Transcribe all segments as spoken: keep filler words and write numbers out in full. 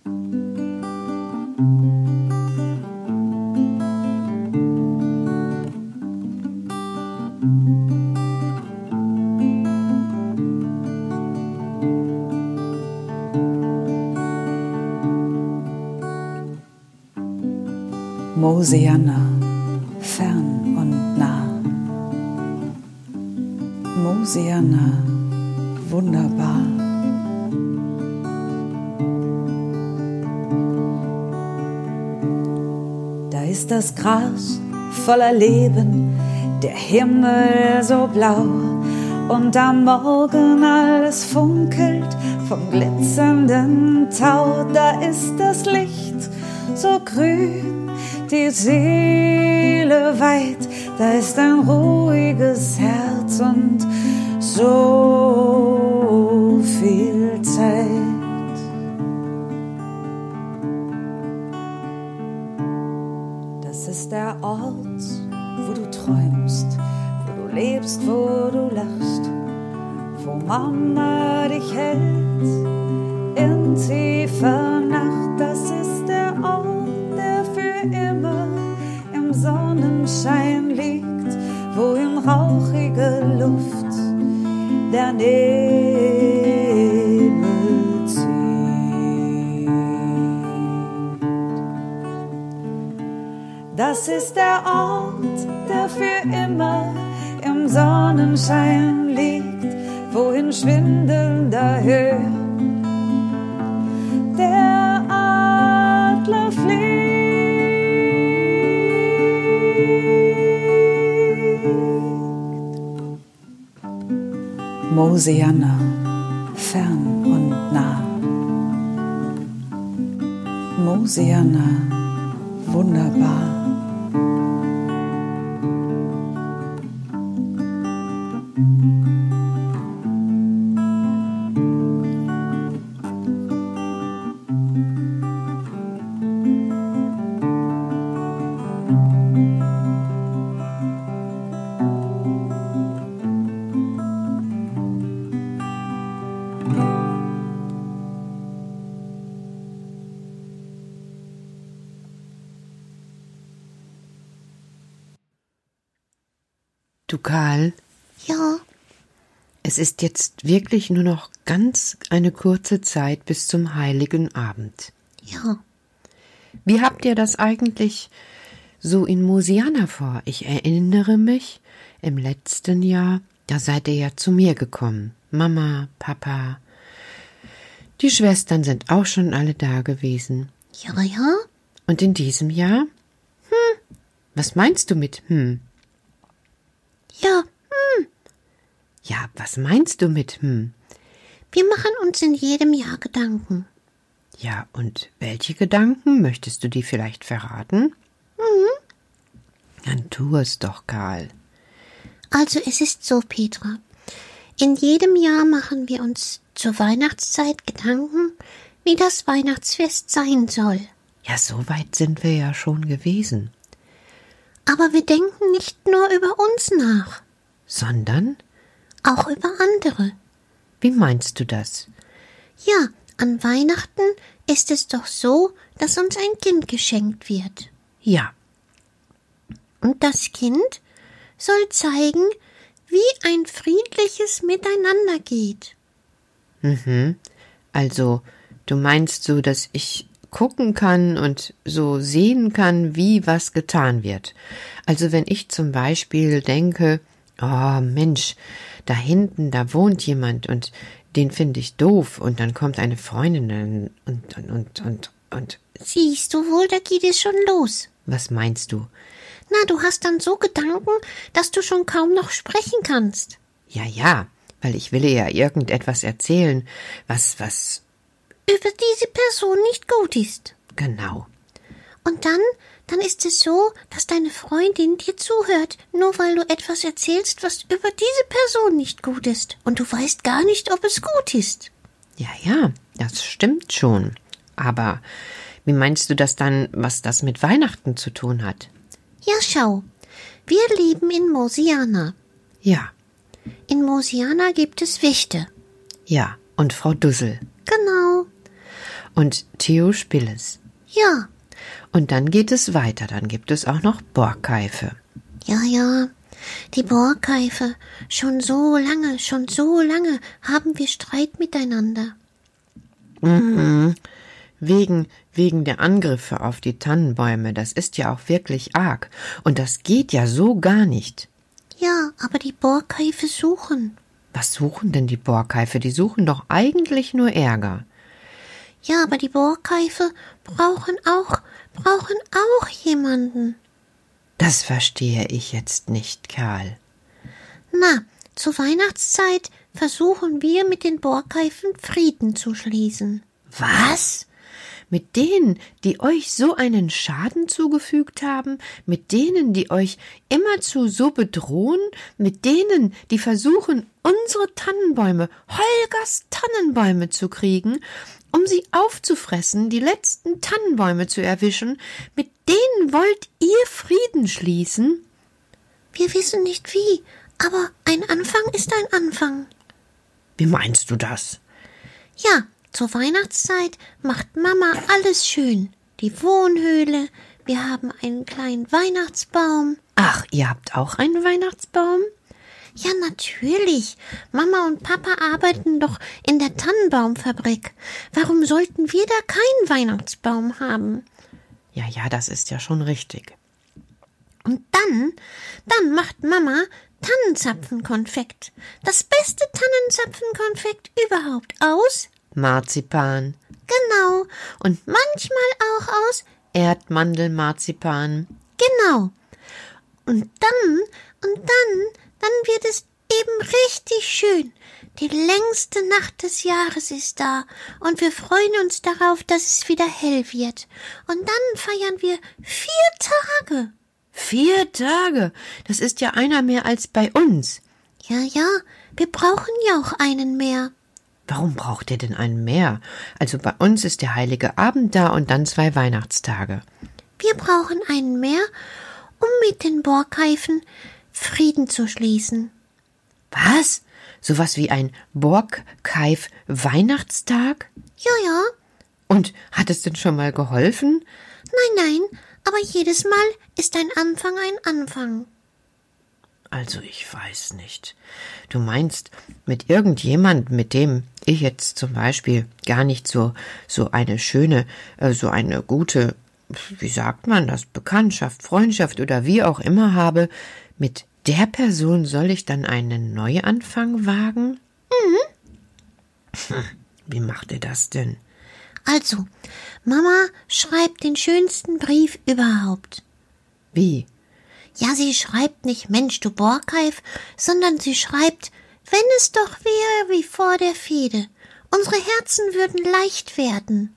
Mosiana, fern und nah. Mosiana, wunderbar. Da ist das Gras voller Leben, der Himmel so blau und am Morgen alles funkelt vom glitzernden Tau. Da ist das Licht so grün, die Seele weit, da ist ein ruhiges Herz und so viel Zeit. Das ist der Ort, wo du träumst, wo du lebst, wo du lachst, wo Mama dich hält in tiefer Nacht. Das ist der Ort, der für immer im Sonnenschein liegt, wo in rauchige Luft der Nebel zieht. Das ist der Ort, der für immer im Sonnenschein liegt, wo in schwindelnder Höhe der Adler fliegt. Mosiana, fern und nah. Mosiana, wunderbar. Du Karl? Ja? Es ist jetzt wirklich nur noch ganz eine kurze Zeit bis zum Heiligen Abend. Ja. Wie habt ihr das eigentlich so in Mosiana vor? Ich erinnere mich, im letzten Jahr, da seid ihr ja zu mir gekommen. Mama, Papa, die Schwestern sind auch schon alle da gewesen. Ja, ja. Und in diesem Jahr? Hm, was meinst du mit hm? Ja, hm. Ja, was meinst du mit hm? Wir machen uns in jedem Jahr Gedanken. Ja, und welche Gedanken? Möchtest du die vielleicht verraten? Mhm. Dann tu es doch, Karl. Also es ist so, Petra. In jedem Jahr machen wir uns zur Weihnachtszeit Gedanken, wie das Weihnachtsfest sein soll. Ja, so weit sind wir ja schon gewesen. Aber wir denken nicht nur über uns nach. Sondern? Auch über andere. Wie meinst du das? Ja, an Weihnachten ist es doch so, dass uns ein Kind geschenkt wird. Ja. Und das Kind soll zeigen, wie ein friedliches Miteinander geht. Mhm. Also, du meinst so, dass ich gucken kann und so sehen kann, wie was getan wird. Also wenn ich zum Beispiel denke, oh Mensch, da hinten, da wohnt jemand und den finde ich doof und dann kommt eine Freundin und, und, und, und, und. Siehst du wohl, da geht es schon los. Was meinst du? Na, du hast dann so Gedanken, dass du schon kaum noch sprechen kannst. Ja, ja, weil ich will ihr ja irgendetwas erzählen, was, was über diese Person nicht gut ist. Genau. Und dann, dann ist es so, dass deine Freundin dir zuhört, nur weil du etwas erzählst, was über diese Person nicht gut ist. Und du weißt gar nicht, ob es gut ist. Ja, ja, das stimmt schon. Aber wie meinst du das dann, was das mit Weihnachten zu tun hat? Ja, schau. Wir leben in Mosiana. Ja. In Mosiana gibt es Wichte. Ja, und Frau Dussel. Genau. und Theo Spilles. Ja. Und dann geht es weiter, dann gibt es auch noch Borkeife. Ja, ja, die Borkeife. Schon so lange, schon so lange haben wir Streit miteinander. Mhm. Wegen, wegen der Angriffe auf die Tannenbäume, das ist ja auch wirklich arg. Und das geht ja so gar nicht. Ja, aber die Borkeife suchen. Was suchen denn die Borkeife? Die suchen doch eigentlich nur Ärger. Ja, aber die Borkeife brauchen auch, brauchen auch jemanden. Das verstehe ich jetzt nicht, Karl. Na, zur Weihnachtszeit versuchen wir mit den Borkeifen Frieden zu schließen. Was? Mit denen, die euch so einen Schaden zugefügt haben, mit denen, die euch immerzu so bedrohen, mit denen, die versuchen, unsere Tannenbäume, Holgers Tannenbäume zu kriegen, um sie aufzufressen, die letzten Tannenbäume zu erwischen, mit denen wollt ihr Frieden schließen? Wir wissen nicht wie, aber ein Anfang ist ein Anfang. Wie meinst du das? Ja, zur Weihnachtszeit macht Mama alles schön. Die Wohnhöhle, wir haben einen kleinen Weihnachtsbaum. Ach, ihr habt auch einen Weihnachtsbaum? Ja, natürlich. Mama und Papa arbeiten doch in der Tannenbaumfabrik. Warum sollten wir da keinen Weihnachtsbaum haben? Ja, ja, das ist ja schon richtig. Und dann, dann macht Mama Tannenzapfenkonfekt. Das beste Tannenzapfenkonfekt überhaupt aus Marzipan. Genau. Und manchmal auch aus Erdmandelmarzipan. Genau. Und dann, und dann, dann wird es eben richtig schön. Die längste Nacht des Jahres ist da und wir freuen uns darauf, dass es wieder hell wird. Und dann feiern wir vier Tage. Vier Tage? Das ist ja einer mehr als bei uns. Ja, ja, wir brauchen ja auch einen mehr. Warum braucht ihr denn einen mehr? Also bei uns ist der Heilige Abend da und dann zwei Weihnachtstage. Wir brauchen einen mehr, um mit den Borkeifen Frieden zu schließen. Was? Sowas wie ein Borkeif-Weihnachtstag? Ja, ja. Und hat es denn schon mal geholfen? Nein, nein, aber jedes Mal ist ein Anfang ein Anfang. Also ich weiß nicht. Du meinst, mit irgendjemand, mit dem ich jetzt zum Beispiel gar nicht so, so eine schöne, äh, so eine gute, wie sagt man das, Bekanntschaft, Freundschaft oder wie auch immer habe, mit der Person soll ich dann einen Neuanfang wagen? Mhm. Hm, wie macht ihr das denn? Also, Mama schreibt den schönsten Brief überhaupt. Wie? Ja, sie schreibt nicht Mensch, du Borkeif, sondern sie schreibt, wenn es doch wäre wie vor der Fehde, unsere Herzen würden leicht werden.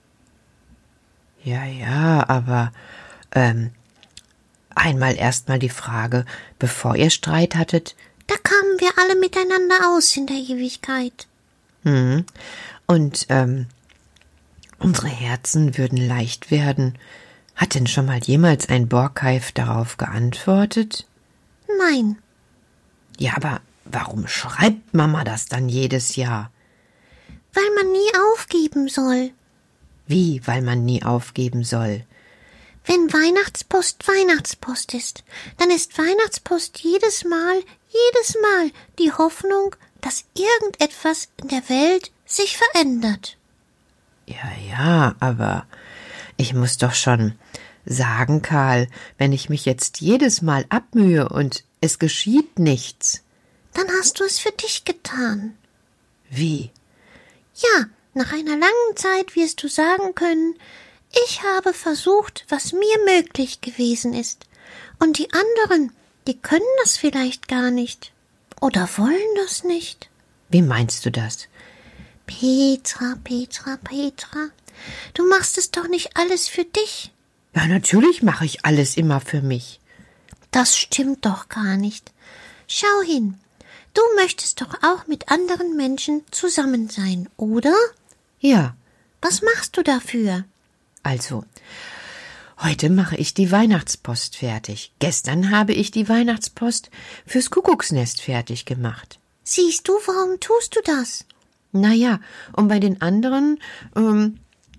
Ja, ja, aber ähm, einmal erstmal die Frage, bevor ihr Streit hattet. Da kamen wir alle miteinander aus in der Ewigkeit. Hm. Und ähm, unsere Herzen würden leicht werden. Hat denn schon mal jemals ein Borkeif darauf geantwortet? Nein. Ja, aber warum schreibt Mama das dann jedes Jahr? Weil man nie aufgeben soll. Wie, weil man nie aufgeben soll? Wenn Weihnachtspost Weihnachtspost ist, dann ist Weihnachtspost jedes Mal, jedes Mal die Hoffnung, dass irgendetwas in der Welt sich verändert. Ja, ja, aber ich muss doch schon sagen, Karl, wenn ich mich jetzt jedes Mal abmühe und es geschieht nichts. Dann hast du es für dich getan. Wie? Ja, nach einer langen Zeit wirst du sagen können, ich habe versucht, was mir möglich gewesen ist. Und die anderen, die können das vielleicht gar nicht. Oder wollen das nicht. Wie meinst du das? Petra, Petra, Petra, du machst es doch nicht alles für dich. Ja, natürlich mache ich alles immer für mich. Das stimmt doch gar nicht. Schau hin, du möchtest doch auch mit anderen Menschen zusammen sein, oder? Ja. Was machst du dafür? Also, heute mache ich die Weihnachtspost fertig. Gestern habe ich die Weihnachtspost fürs Kuckucksnest fertig gemacht. Siehst du, warum tust du das? Na ja, um bei den anderen, ähm,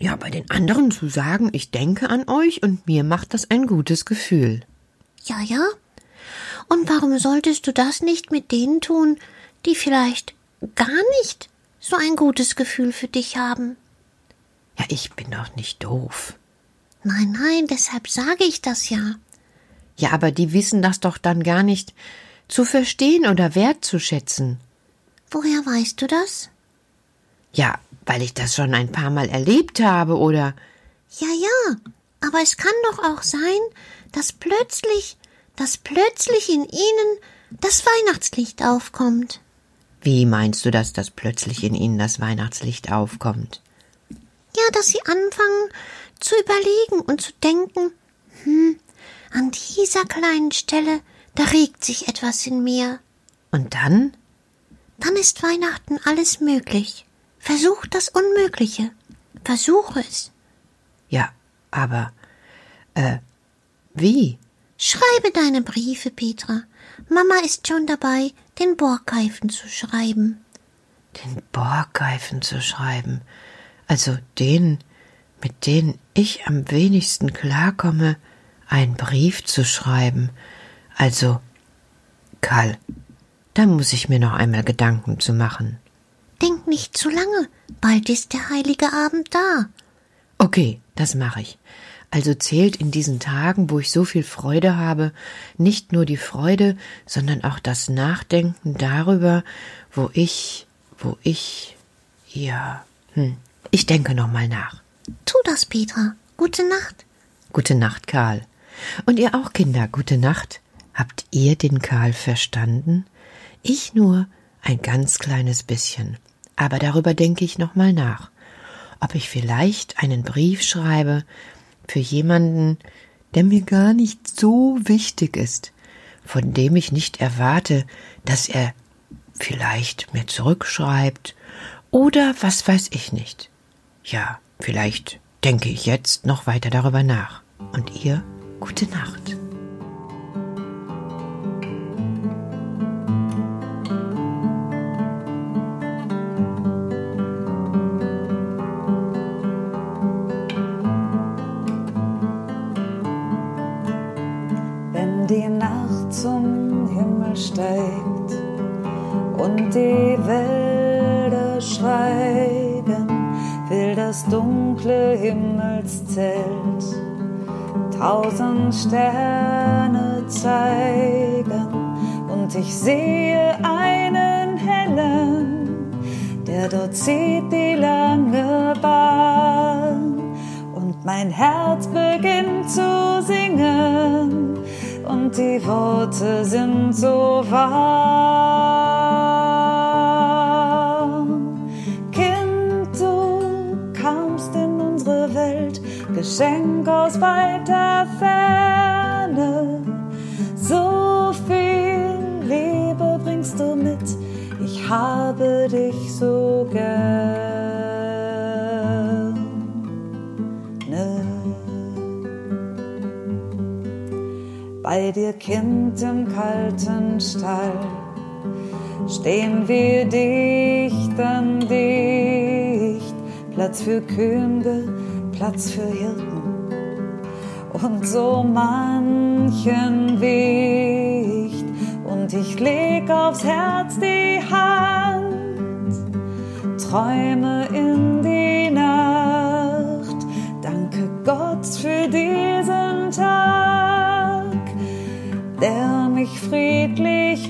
Ja, bei den anderen zu sagen, ich denke an euch und mir macht das ein gutes Gefühl. Ja, ja. Und warum solltest du das nicht mit denen tun, die vielleicht gar nicht so ein gutes Gefühl für dich haben? Ja, ich bin doch nicht doof. Nein, nein, deshalb sage ich das ja. Ja, aber die wissen das doch dann gar nicht zu verstehen oder wertzuschätzen. Woher weißt du das? Ja, weil ich das schon ein paar Mal erlebt habe, oder? Ja, ja, aber es kann doch auch sein, dass plötzlich, dass plötzlich in ihnen das Weihnachtslicht aufkommt. Wie meinst du, dass das plötzlich in ihnen das Weihnachtslicht aufkommt? Ja, dass sie anfangen zu überlegen und zu denken, hm, an dieser kleinen Stelle, da regt sich etwas in mir. Und dann? Dann ist Weihnachten alles möglich. Versuch das Unmögliche. Versuche es. Ja, aber, äh, wie? Schreibe deine Briefe, Petra. Mama ist schon dabei, den Borgreifen zu schreiben. Den Borgreifen zu schreiben? Also den, mit denen ich am wenigsten klarkomme, einen Brief zu schreiben. Also, Karl, da muss ich mir noch einmal Gedanken zu machen. Denk nicht zu lange, bald ist der heilige Abend da. Okay, das mache ich. Also zählt in diesen Tagen, wo ich so viel Freude habe, nicht nur die Freude, sondern auch das Nachdenken darüber, wo ich, wo ich, ja, hm, ich denke noch mal nach. Tu das, Petra. Gute Nacht. Gute Nacht, Karl. Und ihr auch, Kinder, gute Nacht. Habt ihr den Karl verstanden? Ich nur ein ganz kleines bisschen. Aber darüber denke ich noch mal nach, ob ich vielleicht einen Brief schreibe für jemanden, der mir gar nicht so wichtig ist, von dem ich nicht erwarte, dass er vielleicht mir zurückschreibt oder was weiß ich nicht. Ja, vielleicht denke ich jetzt noch weiter darüber nach. Und ihr, gute Nacht. Wenn die Nacht zum Himmel steigt und die Wälder schweigen, will das dunkle Himmelszelt tausend Sterne zeigen und ich sehe einen hellen, der dort zieht die lange Bahn und mein Herz beginnt zu singen und die Worte sind so warm. Kind, du kamst in unsere Welt, Geschenk aus weiter Ferne. So viel Liebe bringst du mit, ich habe dich so gern. Bei dir, Kind, im kalten Stall stehen wir dicht an dicht, Platz für Könige, Platz für Hirten und so manchen Wicht. Und ich leg aufs Herz die Hand, träume in die Nacht, danke Gott für diesen Tag, der mich friedlich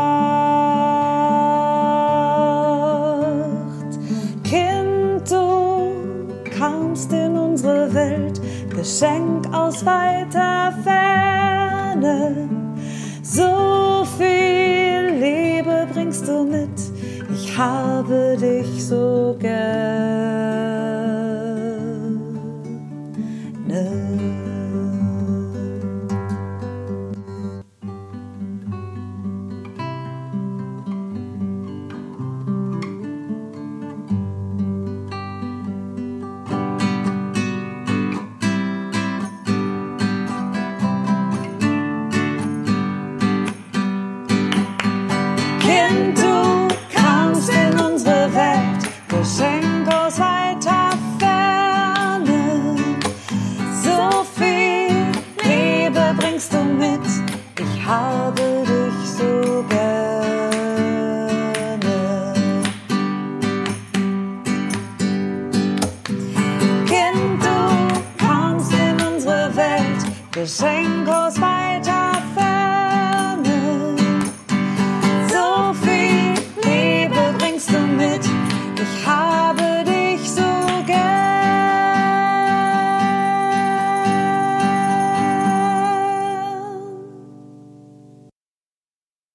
macht. Kind, du kamst in unsere Welt, Geschenk aus weiter Ferne. So viel Liebe bringst du mit, ich habe dich so gerne. Kind, du kamst in unsere Welt, Geschenk aus weit Geschenklos weiter